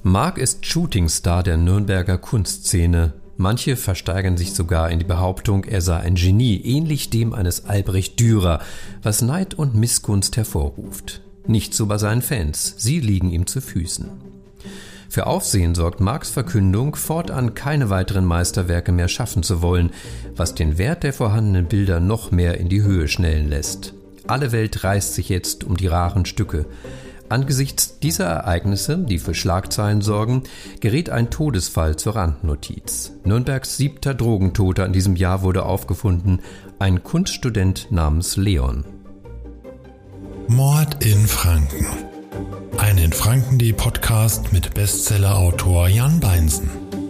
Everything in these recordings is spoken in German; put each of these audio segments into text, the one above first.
Marc ist Shootingstar der Nürnberger Kunstszene. Manche versteigern sich sogar in die Behauptung, er sei ein Genie, ähnlich dem eines Albrecht Dürer, was Neid und Missgunst hervorruft. Nicht so bei seinen Fans, sie liegen ihm zu Füßen. Für Aufsehen sorgt Marcs Verkündung, fortan keine weiteren Meisterwerke mehr schaffen zu wollen, was den Wert der vorhandenen Bilder noch mehr in die Höhe schnellen lässt. Alle Welt reißt sich jetzt um die raren Stücke. Angesichts dieser Ereignisse, die für Schlagzeilen sorgen, gerät ein Todesfall zur Randnotiz. Nürnbergs 7. Drogentoter in diesem Jahr wurde aufgefunden, ein Kunststudent namens Leon. Mord in Franken. Ein in Franken.de Podcast mit Bestsellerautor Jan Beinsen.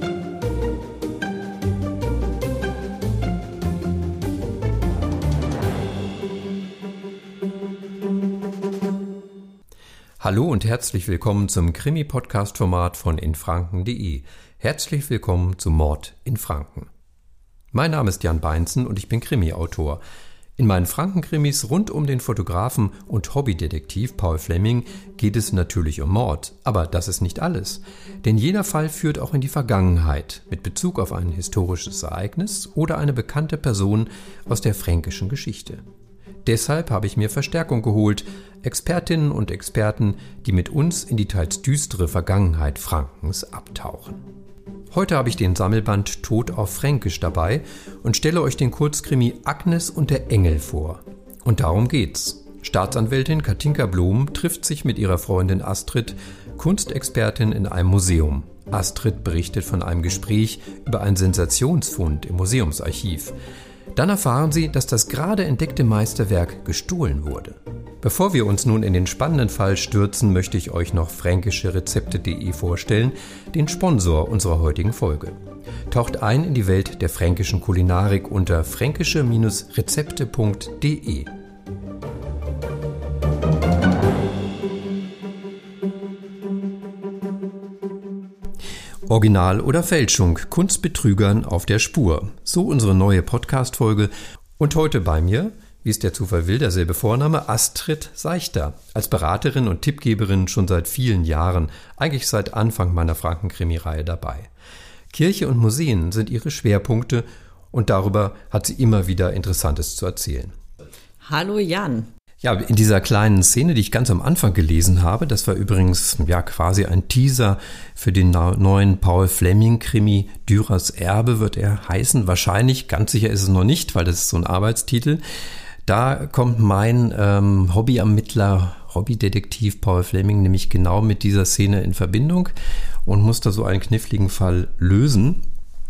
Hallo und herzlich willkommen zum Krimi-Podcast-Format von infranken.de. Herzlich willkommen zu Mord in Franken. Mein Name ist Jan Beinsen und ich bin Krimi-Autor. In meinen Franken-Krimis rund um den Fotografen und Hobbydetektiv Paul Flemming geht es natürlich um Mord, aber das ist nicht alles. Denn jeder Fall führt auch in die Vergangenheit mit Bezug auf ein historisches Ereignis oder eine bekannte Person aus der fränkischen Geschichte. Deshalb habe ich mir Verstärkung geholt, Expertinnen und Experten, die mit uns in die teils düstere Vergangenheit Frankens abtauchen. Heute habe ich den Sammelband Tod auf Fränkisch dabei und stelle euch den Kurzkrimi Agnes und der Engel vor. Und darum geht's. Staatsanwältin Katinka Blom trifft sich mit ihrer Freundin Astrid, Kunstexpertin in einem Museum. Astrid berichtet von einem Gespräch über einen Sensationsfund im Museumsarchiv. Dann erfahren sie, dass das gerade entdeckte Meisterwerk gestohlen wurde. Bevor wir uns nun in den spannenden Fall stürzen, möchte ich euch noch fränkischerezepte.de vorstellen, den Sponsor unserer heutigen Folge. Taucht ein in die Welt der fränkischen Kulinarik unter fränkische-rezepte.de. Original oder Fälschung, Kunstbetrügern auf der Spur. So unsere neue Podcast-Folge. Und heute bei mir, wie es der Zufall will, derselbe Vorname, Astrid Seichter. Als Beraterin und Tippgeberin schon seit vielen Jahren, eigentlich seit Anfang meiner Franken-Krimi-Reihe dabei. Kirche und Museen sind ihre Schwerpunkte und darüber hat sie immer wieder Interessantes zu erzählen. Hallo Jan. Ja, in dieser kleinen Szene, die ich ganz am Anfang gelesen habe, das war übrigens ja quasi ein Teaser für den neuen Paul Flemming-Krimi Dürers Erbe wird er heißen. Wahrscheinlich, ganz sicher ist es noch nicht, weil das ist so ein Arbeitstitel. Da kommt mein Hobbyermittler, Hobbydetektiv Paul Flemming nämlich genau mit dieser Szene in Verbindung und muss da so einen kniffligen Fall lösen.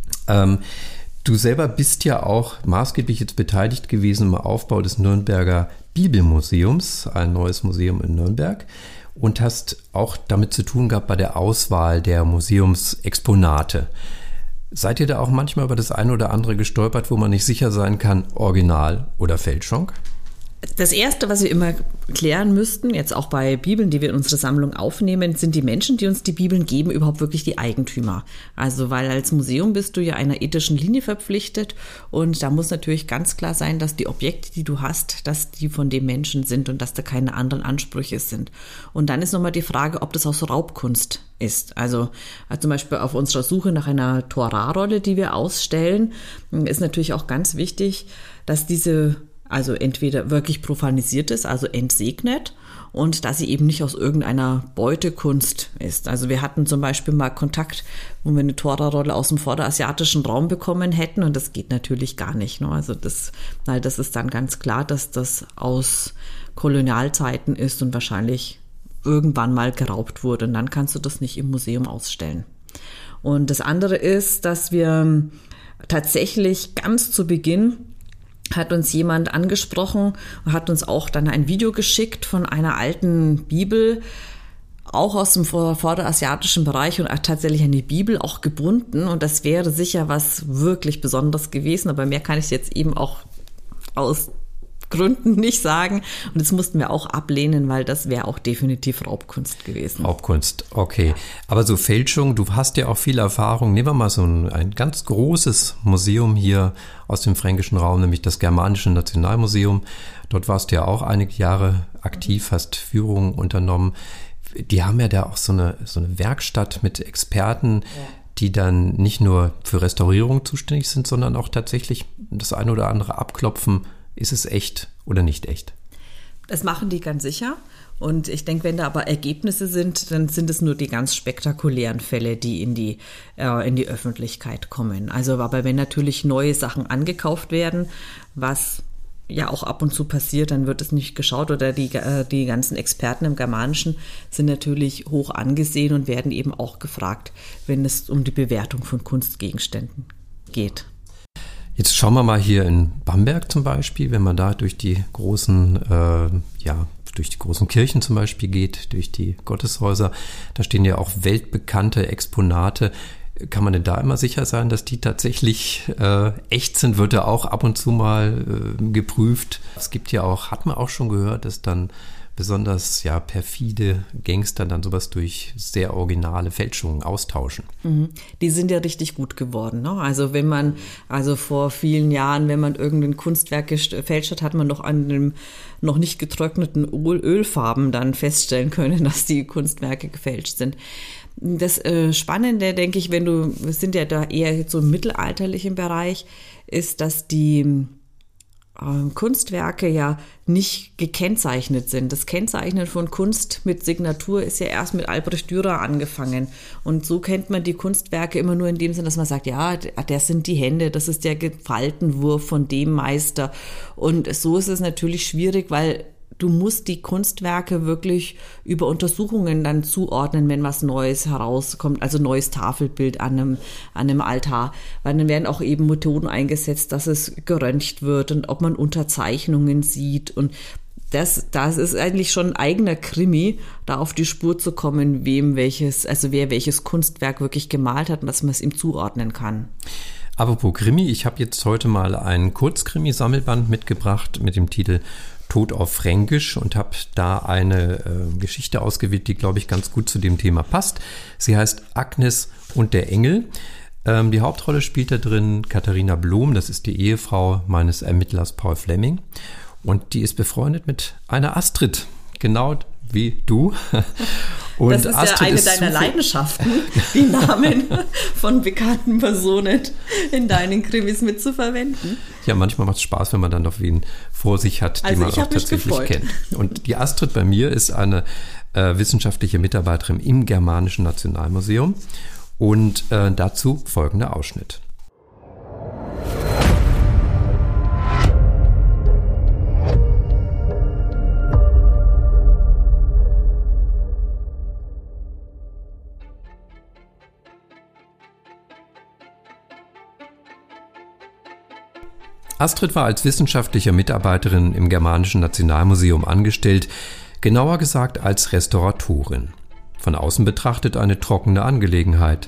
Du selber bist ja auch maßgeblich jetzt beteiligt gewesen im Aufbau des Nürnberger Bibelmuseums, ein neues Museum in Nürnberg, und hast auch damit zu tun gehabt bei der Auswahl der Museumsexponate. Seid ihr da auch manchmal über das eine oder andere gestolpert, wo man nicht sicher sein kann, Original oder Fälschung? Das Erste, was wir immer klären müssten, jetzt auch bei Bibeln, die wir in unsere Sammlung aufnehmen, sind die Menschen, die uns die Bibeln geben, überhaupt wirklich die Eigentümer. Also weil als Museum bist du ja einer ethischen Linie verpflichtet und da muss natürlich ganz klar sein, dass die Objekte, die du hast, dass die von dem Menschen sind und dass da keine anderen Ansprüche sind. Und dann ist nochmal die Frage, ob das aus Raubkunst ist. Also zum Beispiel auf unserer Suche nach einer Torahrolle, die wir ausstellen, ist natürlich auch ganz wichtig, dass diese also entweder wirklich profanisiert ist, also entsegnet, und dass sie eben nicht aus irgendeiner Beutekunst ist. Also wir hatten zum Beispiel mal Kontakt, wo wir eine Tora-Rolle aus dem vorderasiatischen Raum bekommen hätten, und das geht natürlich gar nicht. Ne? Also das ist dann ganz klar, dass das aus Kolonialzeiten ist und wahrscheinlich irgendwann mal geraubt wurde, und dann kannst du das nicht im Museum ausstellen. Und das andere ist, dass wir tatsächlich ganz zu Beginn hat uns jemand angesprochen und hat uns auch dann ein Video geschickt von einer alten Bibel, auch aus dem vorderasiatischen Bereich, und tatsächlich eine Bibel auch gebunden. Und das wäre sicher was wirklich Besonderes gewesen, aber mehr kann ich jetzt eben auch aus Gründen nicht sagen. Und das mussten wir auch ablehnen, weil das wäre auch definitiv Raubkunst gewesen. Raubkunst, okay. Aber so Fälschung, du hast ja auch viel Erfahrung. Nehmen wir mal so ein ganz großes Museum hier aus dem fränkischen Raum, nämlich das Germanische Nationalmuseum. Dort warst du ja auch einige Jahre aktiv, hast Führungen unternommen. die haben ja da auch so eine Werkstatt mit Experten, die dann nicht nur für Restaurierung zuständig sind, sondern auch tatsächlich das eine oder andere abklopfen, ist es echt oder nicht echt. Das machen die ganz sicher. Und ich denke, wenn da aber Ergebnisse sind, dann sind es nur die ganz spektakulären Fälle, die in die Öffentlichkeit kommen. Also aber wenn natürlich neue Sachen angekauft werden, was ja auch ab und zu passiert, dann wird es nicht geschaut oder die ganzen Experten im Germanischen sind natürlich hoch angesehen und werden eben auch gefragt, wenn es um die Bewertung von Kunstgegenständen geht. Jetzt schauen wir mal hier in Bamberg zum Beispiel, wenn man da durch die großen Kirchen zum Beispiel geht, durch die Gotteshäuser, da stehen ja auch weltbekannte Exponate. Kann man denn da immer sicher sein, dass die tatsächlich echt sind? Wird da auch ab und zu mal geprüft? Es gibt ja auch, hat man auch schon gehört, dass dann besonders perfide Gangster dann sowas durch sehr originale Fälschungen austauschen. Die sind ja richtig gut geworden, ne? Also vor vielen Jahren, wenn man irgendein Kunstwerk gefälscht hat, hat man noch an dem noch nicht getrockneten Ölfarben dann feststellen können, dass die Kunstwerke gefälscht sind. Das Spannende, denke ich, wir sind ja da eher so im mittelalterlichen Bereich, ist, dass die Kunstwerke ja nicht gekennzeichnet sind. Das Kennzeichnen von Kunst mit Signatur ist ja erst mit Albrecht Dürer angefangen. Und so kennt man die Kunstwerke immer nur in dem Sinn, dass man sagt, ja, das sind die Hände, das ist der Gefaltenwurf von dem Meister. Und so ist es natürlich schwierig, weil du musst die Kunstwerke wirklich über Untersuchungen dann zuordnen, wenn was Neues herauskommt, also neues Tafelbild an einem Altar. Weil dann werden auch eben Methoden eingesetzt, dass es geröntgt wird und ob man Unterzeichnungen sieht. Und das ist eigentlich schon ein eigener Krimi, da auf die Spur zu kommen, wer welches Kunstwerk wirklich gemalt hat und dass man es ihm zuordnen kann. Apropos Krimi, ich habe jetzt heute mal einen Kurzkrimi-Sammelband mitgebracht mit dem Titel Tod auf Fränkisch und habe da eine Geschichte ausgewählt, die, glaube ich, ganz gut zu dem Thema passt. Sie heißt Agnes und der Engel. Die Hauptrolle spielt da drin Katharina Blum, das ist die Ehefrau meines Ermittlers Paul Flemming. Und die ist befreundet mit einer Astrid, genau wie du. Und das ist Astrid ja eine deiner Leidenschaften, die Namen von bekannten Personen in deinen Krimis mitzuverwenden. Ja, manchmal macht es Spaß, wenn man dann noch wen vor sich hat, die man auch tatsächlich kennt. Und die Astrid bei mir ist eine wissenschaftliche Mitarbeiterin im Germanischen Nationalmuseum. Und dazu folgender Ausschnitt. Astrid war als wissenschaftliche Mitarbeiterin im Germanischen Nationalmuseum angestellt, genauer gesagt als Restauratorin. Von außen betrachtet eine trockene Angelegenheit.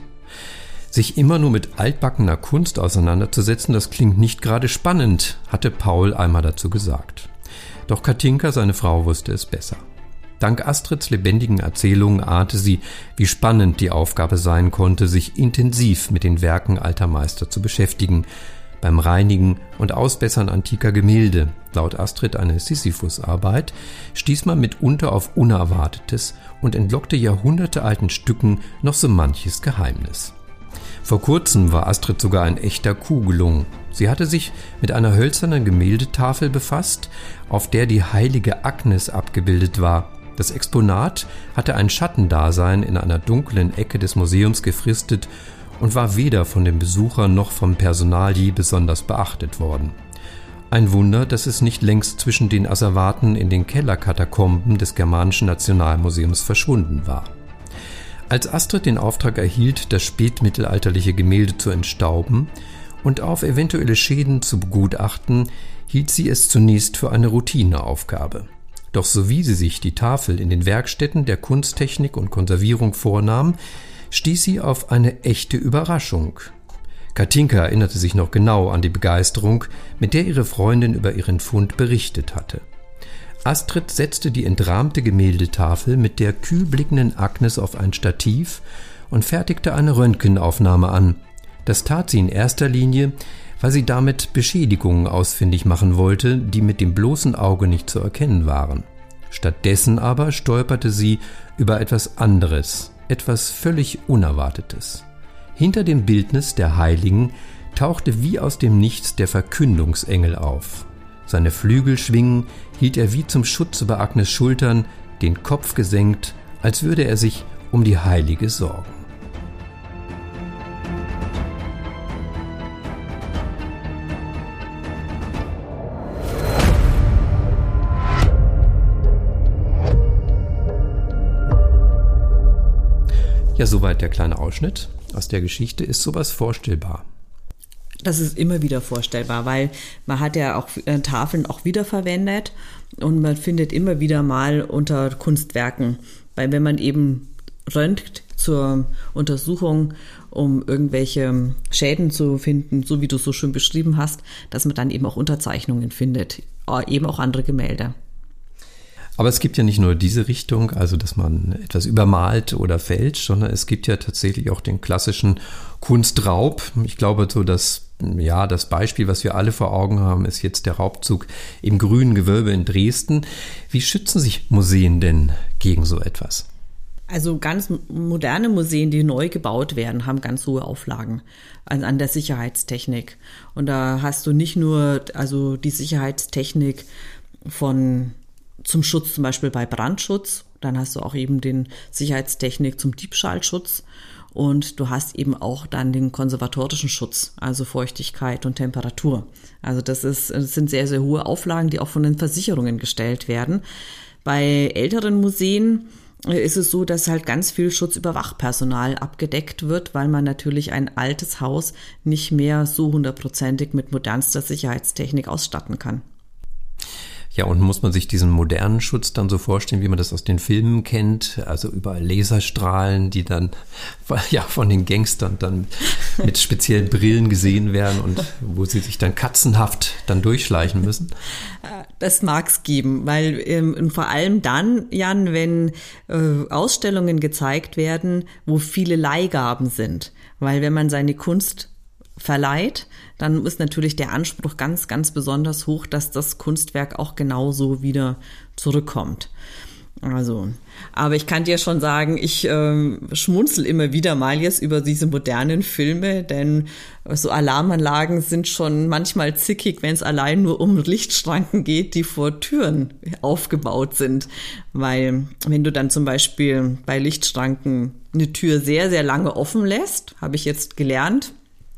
Sich immer nur mit altbackener Kunst auseinanderzusetzen, das klingt nicht gerade spannend, hatte Paul einmal dazu gesagt. Doch Katinka, seine Frau, wusste es besser. Dank Astrids lebendigen Erzählungen ahnte sie, wie spannend die Aufgabe sein konnte, sich intensiv mit den Werken alter Meister zu beschäftigen. Beim Reinigen und Ausbessern antiker Gemälde, laut Astrid eine Sisyphus-Arbeit, stieß man mitunter auf Unerwartetes und entlockte jahrhundertealten Stücken noch so manches Geheimnis. Vor kurzem war Astrid sogar ein echter Coup gelungen. Sie hatte sich mit einer hölzernen Gemäldetafel befasst, auf der die heilige Agnes abgebildet war. Das Exponat hatte ein Schattendasein in einer dunklen Ecke des Museums gefristet und war weder von den Besuchern noch vom Personal je besonders beachtet worden. Ein Wunder, dass es nicht längst zwischen den Asservaten in den Kellerkatakomben des Germanischen Nationalmuseums verschwunden war. Als Astrid den Auftrag erhielt, das spätmittelalterliche Gemälde zu entstauben und auf eventuelle Schäden zu begutachten, hielt sie es zunächst für eine Routineaufgabe. Doch sowie sie sich die Tafel in den Werkstätten der Kunsttechnik und Konservierung vornahm, stieß sie auf eine echte Überraschung. Katinka erinnerte sich noch genau an die Begeisterung, mit der ihre Freundin über ihren Fund berichtet hatte. Astrid setzte die entrahmte Gemäldetafel mit der kühl blickenden Agnes auf ein Stativ und fertigte eine Röntgenaufnahme an. Das tat sie in erster Linie, weil sie damit Beschädigungen ausfindig machen wollte, die mit dem bloßen Auge nicht zu erkennen waren. Stattdessen aber stolperte sie über etwas anderes, etwas völlig Unerwartetes. Hinter dem Bildnis der Heiligen tauchte wie aus dem Nichts der Verkündungsengel auf. Seine Flügel schwingen, hielt er wie zum Schutz über Agnes Schultern, den Kopf gesenkt, als würde er sich um die Heilige sorgen. Ja, soweit der kleine Ausschnitt aus der Geschichte. Ist sowas vorstellbar? Das ist immer wieder vorstellbar, weil man hat ja auch Tafeln auch wiederverwendet und man findet immer wieder mal unter Kunstwerken, weil wenn man eben röntgt zur Untersuchung, um irgendwelche Schäden zu finden, so wie du es so schön beschrieben hast, dass man dann eben auch Unterzeichnungen findet, eben auch andere Gemälde. Aber es gibt ja nicht nur diese Richtung, also dass man etwas übermalt oder fälscht, sondern es gibt ja tatsächlich auch den klassischen Kunstraub. Ich glaube, so das Beispiel, was wir alle vor Augen haben, ist jetzt der Raubzug im Grünen Gewölbe in Dresden. Wie schützen sich Museen denn gegen so etwas? Also ganz moderne Museen, die neu gebaut werden, haben ganz hohe Auflagen an der Sicherheitstechnik. Und da hast du nicht nur also die Sicherheitstechnik zum Schutz, zum Beispiel bei Brandschutz, dann hast du auch eben den Sicherheitstechnik zum Diebstahlschutz und du hast eben auch dann den konservatorischen Schutz, also Feuchtigkeit und Temperatur. Also das sind sehr, sehr hohe Auflagen, die auch von den Versicherungen gestellt werden. Bei älteren Museen ist es so, dass halt ganz viel Schutz über Wachpersonal abgedeckt wird, weil man natürlich ein altes Haus nicht mehr so 100%ig mit modernster Sicherheitstechnik ausstatten kann. Ja, und muss man sich diesen modernen Schutz dann so vorstellen, wie man das aus den Filmen kennt, also überall Laserstrahlen, die dann von den Gangstern dann mit speziellen Brillen gesehen werden und wo sie sich dann katzenhaft dann durchschleichen müssen? Das mag es geben, weil vor allem dann, Jan, wenn Ausstellungen gezeigt werden, wo viele Leihgaben sind, weil wenn man seine Kunst verleiht, dann ist natürlich der Anspruch ganz, ganz besonders hoch, dass das Kunstwerk auch genauso wieder zurückkommt. Also, aber ich kann dir schon sagen, ich schmunzel immer wieder mal jetzt über diese modernen Filme, denn so Alarmanlagen sind schon manchmal zickig, wenn es allein nur um Lichtschranken geht, die vor Türen aufgebaut sind. Weil wenn du dann zum Beispiel bei Lichtschranken eine Tür sehr, sehr lange offen lässt, habe ich jetzt gelernt,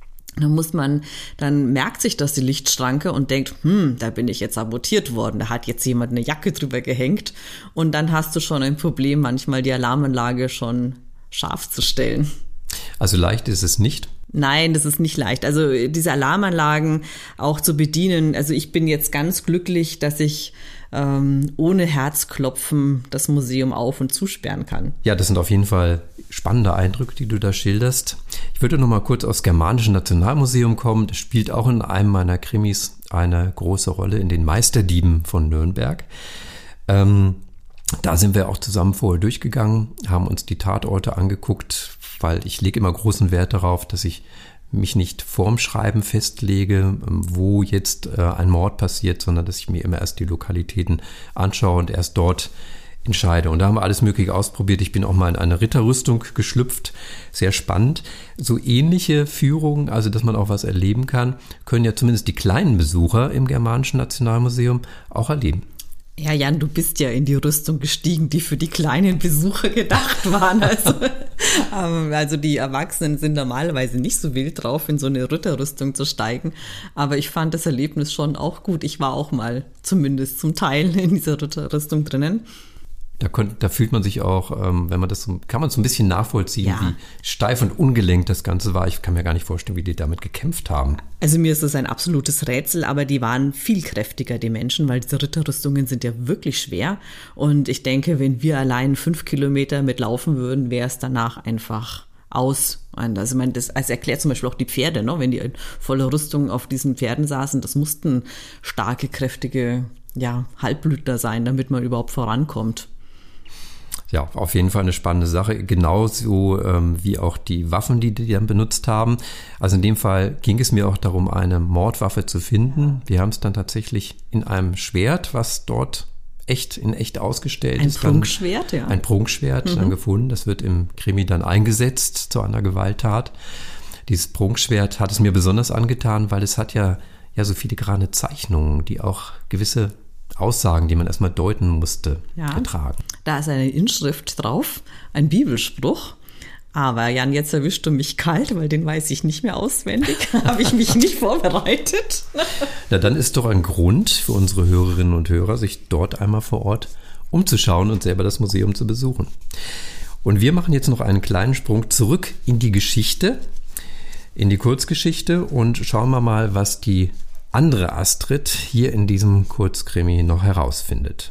dann merkt sich das die Lichtschranke und denkt, da bin ich jetzt sabotiert worden, da hat jetzt jemand eine Jacke drüber gehängt und dann hast du schon ein Problem, manchmal die Alarmanlage schon scharf zu stellen. Also leicht ist es nicht? Nein, das ist nicht leicht. Also diese Alarmanlagen auch zu bedienen, also ich bin jetzt ganz glücklich, dass ich ohne Herzklopfen das Museum auf- und zusperren kann. Ja, das sind auf jeden Fall spannende Eindrücke, die du da schilderst. Ich würde noch mal kurz aufs Germanische Nationalmuseum kommen. Das spielt auch in einem meiner Krimis eine große Rolle in den Meisterdieben von Nürnberg. Da sind wir auch zusammen vorher durchgegangen, haben uns die Tatorte angeguckt, weil ich lege immer großen Wert darauf, dass ich mich nicht vorm Schreiben festlege, wo jetzt ein Mord passiert, sondern dass ich mir immer erst die Lokalitäten anschaue und erst dort entscheide. Und da haben wir alles Mögliche ausprobiert. Ich bin auch mal in eine Ritterrüstung geschlüpft. Sehr spannend. So ähnliche Führungen, also dass man auch was erleben kann, können ja zumindest die kleinen Besucher im Germanischen Nationalmuseum auch erleben. Ja, Jan, du bist ja in die Rüstung gestiegen, die für die kleinen Besucher gedacht waren. Also die Erwachsenen sind normalerweise nicht so wild drauf, in so eine Ritterrüstung zu steigen. Aber ich fand das Erlebnis schon auch gut. Ich war auch mal zumindest zum Teil in dieser Ritterrüstung drinnen. Da fühlt man sich auch, wenn man das kann man so ein bisschen nachvollziehen, ja, wie steif und ungelenkt das Ganze war. Ich kann mir gar nicht vorstellen, wie die damit gekämpft haben. Also mir ist das ein absolutes Rätsel, aber die waren viel kräftiger, die Menschen, weil diese Ritterrüstungen sind ja wirklich schwer. Und ich denke, wenn wir allein 5 Kilometer mitlaufen würden, wäre es danach einfach aus. Also ich meine, das erklärt zum Beispiel auch die Pferde, ne? Wenn die in voller Rüstung auf diesen Pferden saßen, das mussten starke, kräftige Halbblüter sein, damit man überhaupt vorankommt. Ja, auf jeden Fall eine spannende Sache, genauso wie auch die Waffen, die dann benutzt haben. Also in dem Fall ging es mir auch darum, eine Mordwaffe zu finden. Wir haben es dann tatsächlich in einem Schwert, was dort in echt ausgestellt. Ein Prunkschwert, ja. Ein Prunkschwert dann gefunden. Das wird im Krimi dann eingesetzt zu einer Gewalttat. Dieses Prunkschwert hat es mir besonders angetan, weil es hat ja so filigrane Zeichnungen, die auch gewisse Aussagen, die man erstmal deuten musste, vertragen. Da ist eine Inschrift drauf, ein Bibelspruch. Aber Jan, jetzt erwischst du mich kalt, weil den weiß ich nicht mehr auswendig. Habe ich mich nicht vorbereitet. Na, dann ist doch ein Grund für unsere Hörerinnen und Hörer, sich dort einmal vor Ort umzuschauen und selber das Museum zu besuchen. Und wir machen jetzt noch einen kleinen Sprung zurück in die Geschichte, in die Kurzgeschichte und schauen wir mal, was die andere Astrid hier in diesem Kurzkrimi noch herausfindet.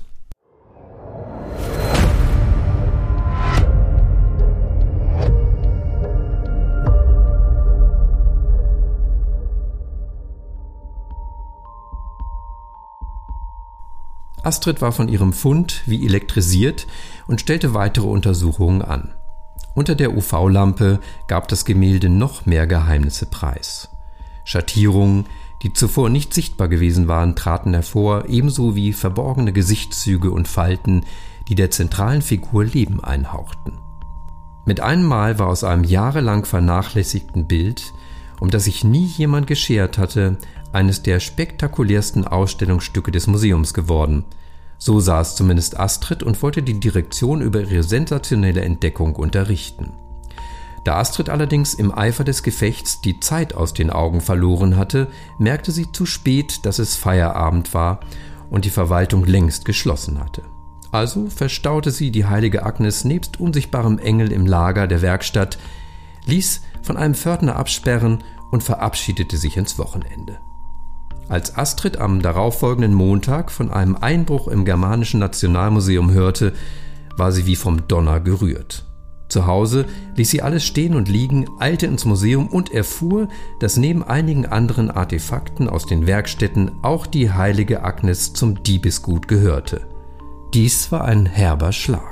Astrid war von ihrem Fund wie elektrisiert und stellte weitere Untersuchungen an. Unter der UV-Lampe gab das Gemälde noch mehr Geheimnisse preis. Schattierungen, die zuvor nicht sichtbar gewesen waren, traten hervor, ebenso wie verborgene Gesichtszüge und Falten, die der zentralen Figur Leben einhauchten. Mit einem Mal war aus einem jahrelang vernachlässigten Bild, um das sich nie jemand geschert hatte, eines der spektakulärsten Ausstellungsstücke des Museums geworden. So sah es zumindest Astrid und wollte die Direktion über ihre sensationelle Entdeckung unterrichten. Da Astrid allerdings im Eifer des Gefechts die Zeit aus den Augen verloren hatte, merkte sie zu spät, dass es Feierabend war und die Verwaltung längst geschlossen hatte. Also verstaute sie die heilige Agnes nebst unsichtbarem Engel im Lager der Werkstatt, ließ von einem Pförtner absperren und verabschiedete sich ins Wochenende. Als Astrid am darauffolgenden Montag von einem Einbruch im Germanischen Nationalmuseum hörte, war sie wie vom Donner gerührt. Zu Hause ließ sie alles stehen und liegen, eilte ins Museum und erfuhr, dass neben einigen anderen Artefakten aus den Werkstätten auch die heilige Agnes zum Diebesgut gehörte. Dies war ein herber Schlag.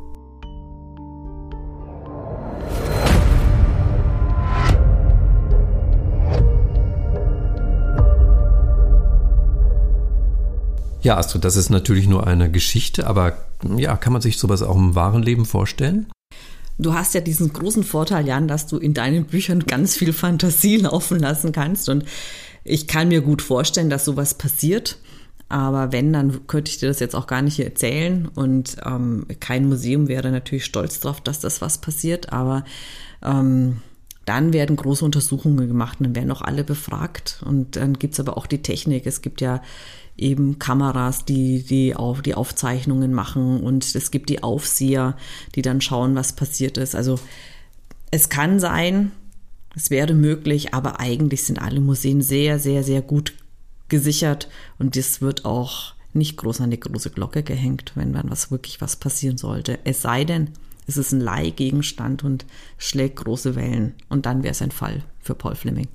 Ja, Astrid, das ist natürlich nur eine Geschichte, aber ja, kann man sich sowas auch im wahren Leben vorstellen? Du hast ja diesen großen Vorteil, Jan, dass du in deinen Büchern ganz viel Fantasie laufen lassen kannst und ich kann mir gut vorstellen, dass sowas passiert, aber wenn, dann könnte ich dir das jetzt auch gar nicht erzählen und kein Museum wäre natürlich stolz drauf, dass das was passiert, aber dann werden große Untersuchungen gemacht und dann werden auch alle befragt und dann gibt's aber auch die Technik, es gibt ja eben Kameras, die Aufzeichnungen machen und es gibt die Aufseher, die dann schauen, was passiert ist. Also es kann sein, es wäre möglich, aber eigentlich sind alle Museen sehr, sehr, sehr gut gesichert und das wird auch nicht groß an die große Glocke gehängt, wenn dann wirklich was passieren sollte. Es sei denn, es ist ein Leihgegenstand und schlägt große Wellen und dann wäre es ein Fall für Paul Fleming.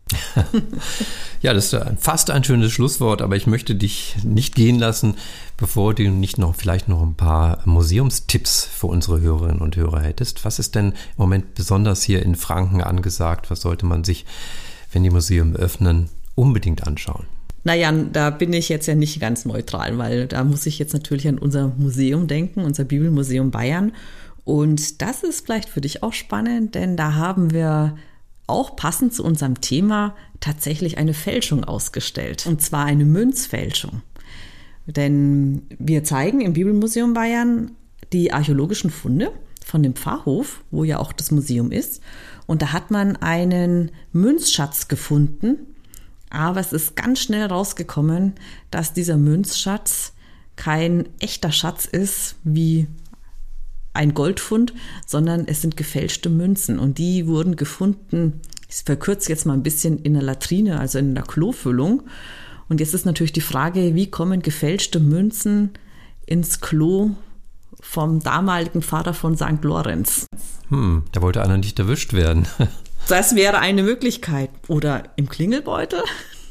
Ja, das ist fast ein schönes Schlusswort, aber ich möchte dich nicht gehen lassen, bevor du vielleicht noch ein paar Museumstipps für unsere Hörerinnen und Hörer hättest. Was ist denn im Moment besonders hier in Franken angesagt? Was sollte man sich, wenn die Museen öffnen, unbedingt anschauen? Naja, da bin ich jetzt ja nicht ganz neutral, weil da muss ich jetzt natürlich an unser Museum denken, unser Bibelmuseum Bayern. Und das ist vielleicht für dich auch spannend, denn da haben wir auch passend zu unserem Thema tatsächlich eine Fälschung ausgestellt. Und zwar eine Münzfälschung. Denn wir zeigen im Bibelmuseum Bayern die archäologischen Funde von dem Pfarrhof, wo ja auch das Museum ist. Und da hat man einen Münzschatz gefunden. Aber es ist ganz schnell rausgekommen, dass dieser Münzschatz kein echter Schatz ist, wie ein Goldfund, sondern es sind gefälschte Münzen und die wurden gefunden, ich verkürze jetzt mal ein bisschen, in der Latrine, also in der Klofüllung. Und jetzt ist natürlich die Frage, wie kommen gefälschte Münzen ins Klo vom damaligen Pfarrer von St. Lorenz? Da wollte einer nicht erwischt werden. Das wäre eine Möglichkeit. Oder im Klingelbeutel.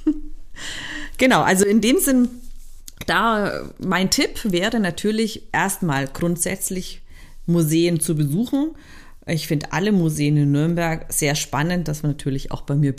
Genau, also in dem Sinn, da mein Tipp wäre natürlich erstmal grundsätzlich Museen zu besuchen. Ich finde alle Museen in Nürnberg sehr spannend, das natürlich auch bei mir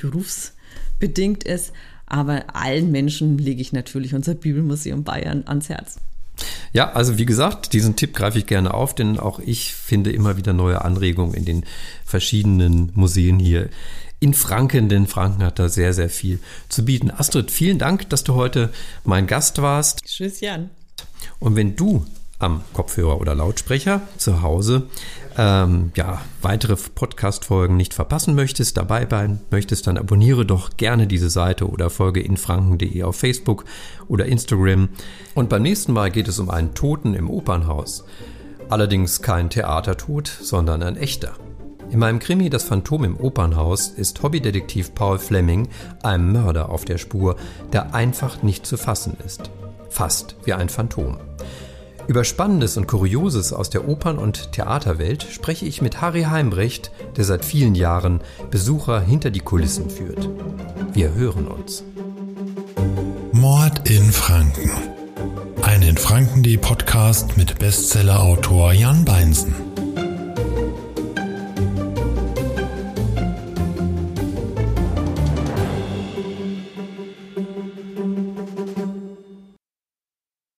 berufsbedingt ist. Aber allen Menschen lege ich natürlich unser Bibelmuseum Bayern ans Herz. Ja, also wie gesagt, diesen Tipp greife ich gerne auf, denn auch ich finde immer wieder neue Anregungen in den verschiedenen Museen hier in Franken, denn Franken hat da sehr, sehr viel zu bieten. Astrid, vielen Dank, dass du heute mein Gast warst. Tschüss, Jan. Und wenn du am Kopfhörer oder Lautsprecher zu Hause weitere Podcast-Folgen nicht verpassen möchtest, dabei bleiben möchtest, dann abonniere doch gerne diese Seite oder folge infranken.de auf Facebook oder Instagram. Und beim nächsten Mal geht es um einen Toten im Opernhaus. Allerdings kein Theatertod, sondern ein echter. In meinem Krimi Das Phantom im Opernhaus ist Hobbydetektiv Paul Fleming einem Mörder auf der Spur, der einfach nicht zu fassen ist. Fast wie ein Phantom. Über Spannendes und Kurioses aus der Opern- und Theaterwelt spreche ich mit Harry Heimbrecht, der seit vielen Jahren Besucher hinter die Kulissen führt. Wir hören uns. Mord in Franken. Ein in Franken.de Podcast mit Bestsellerautor Jan Beinsen.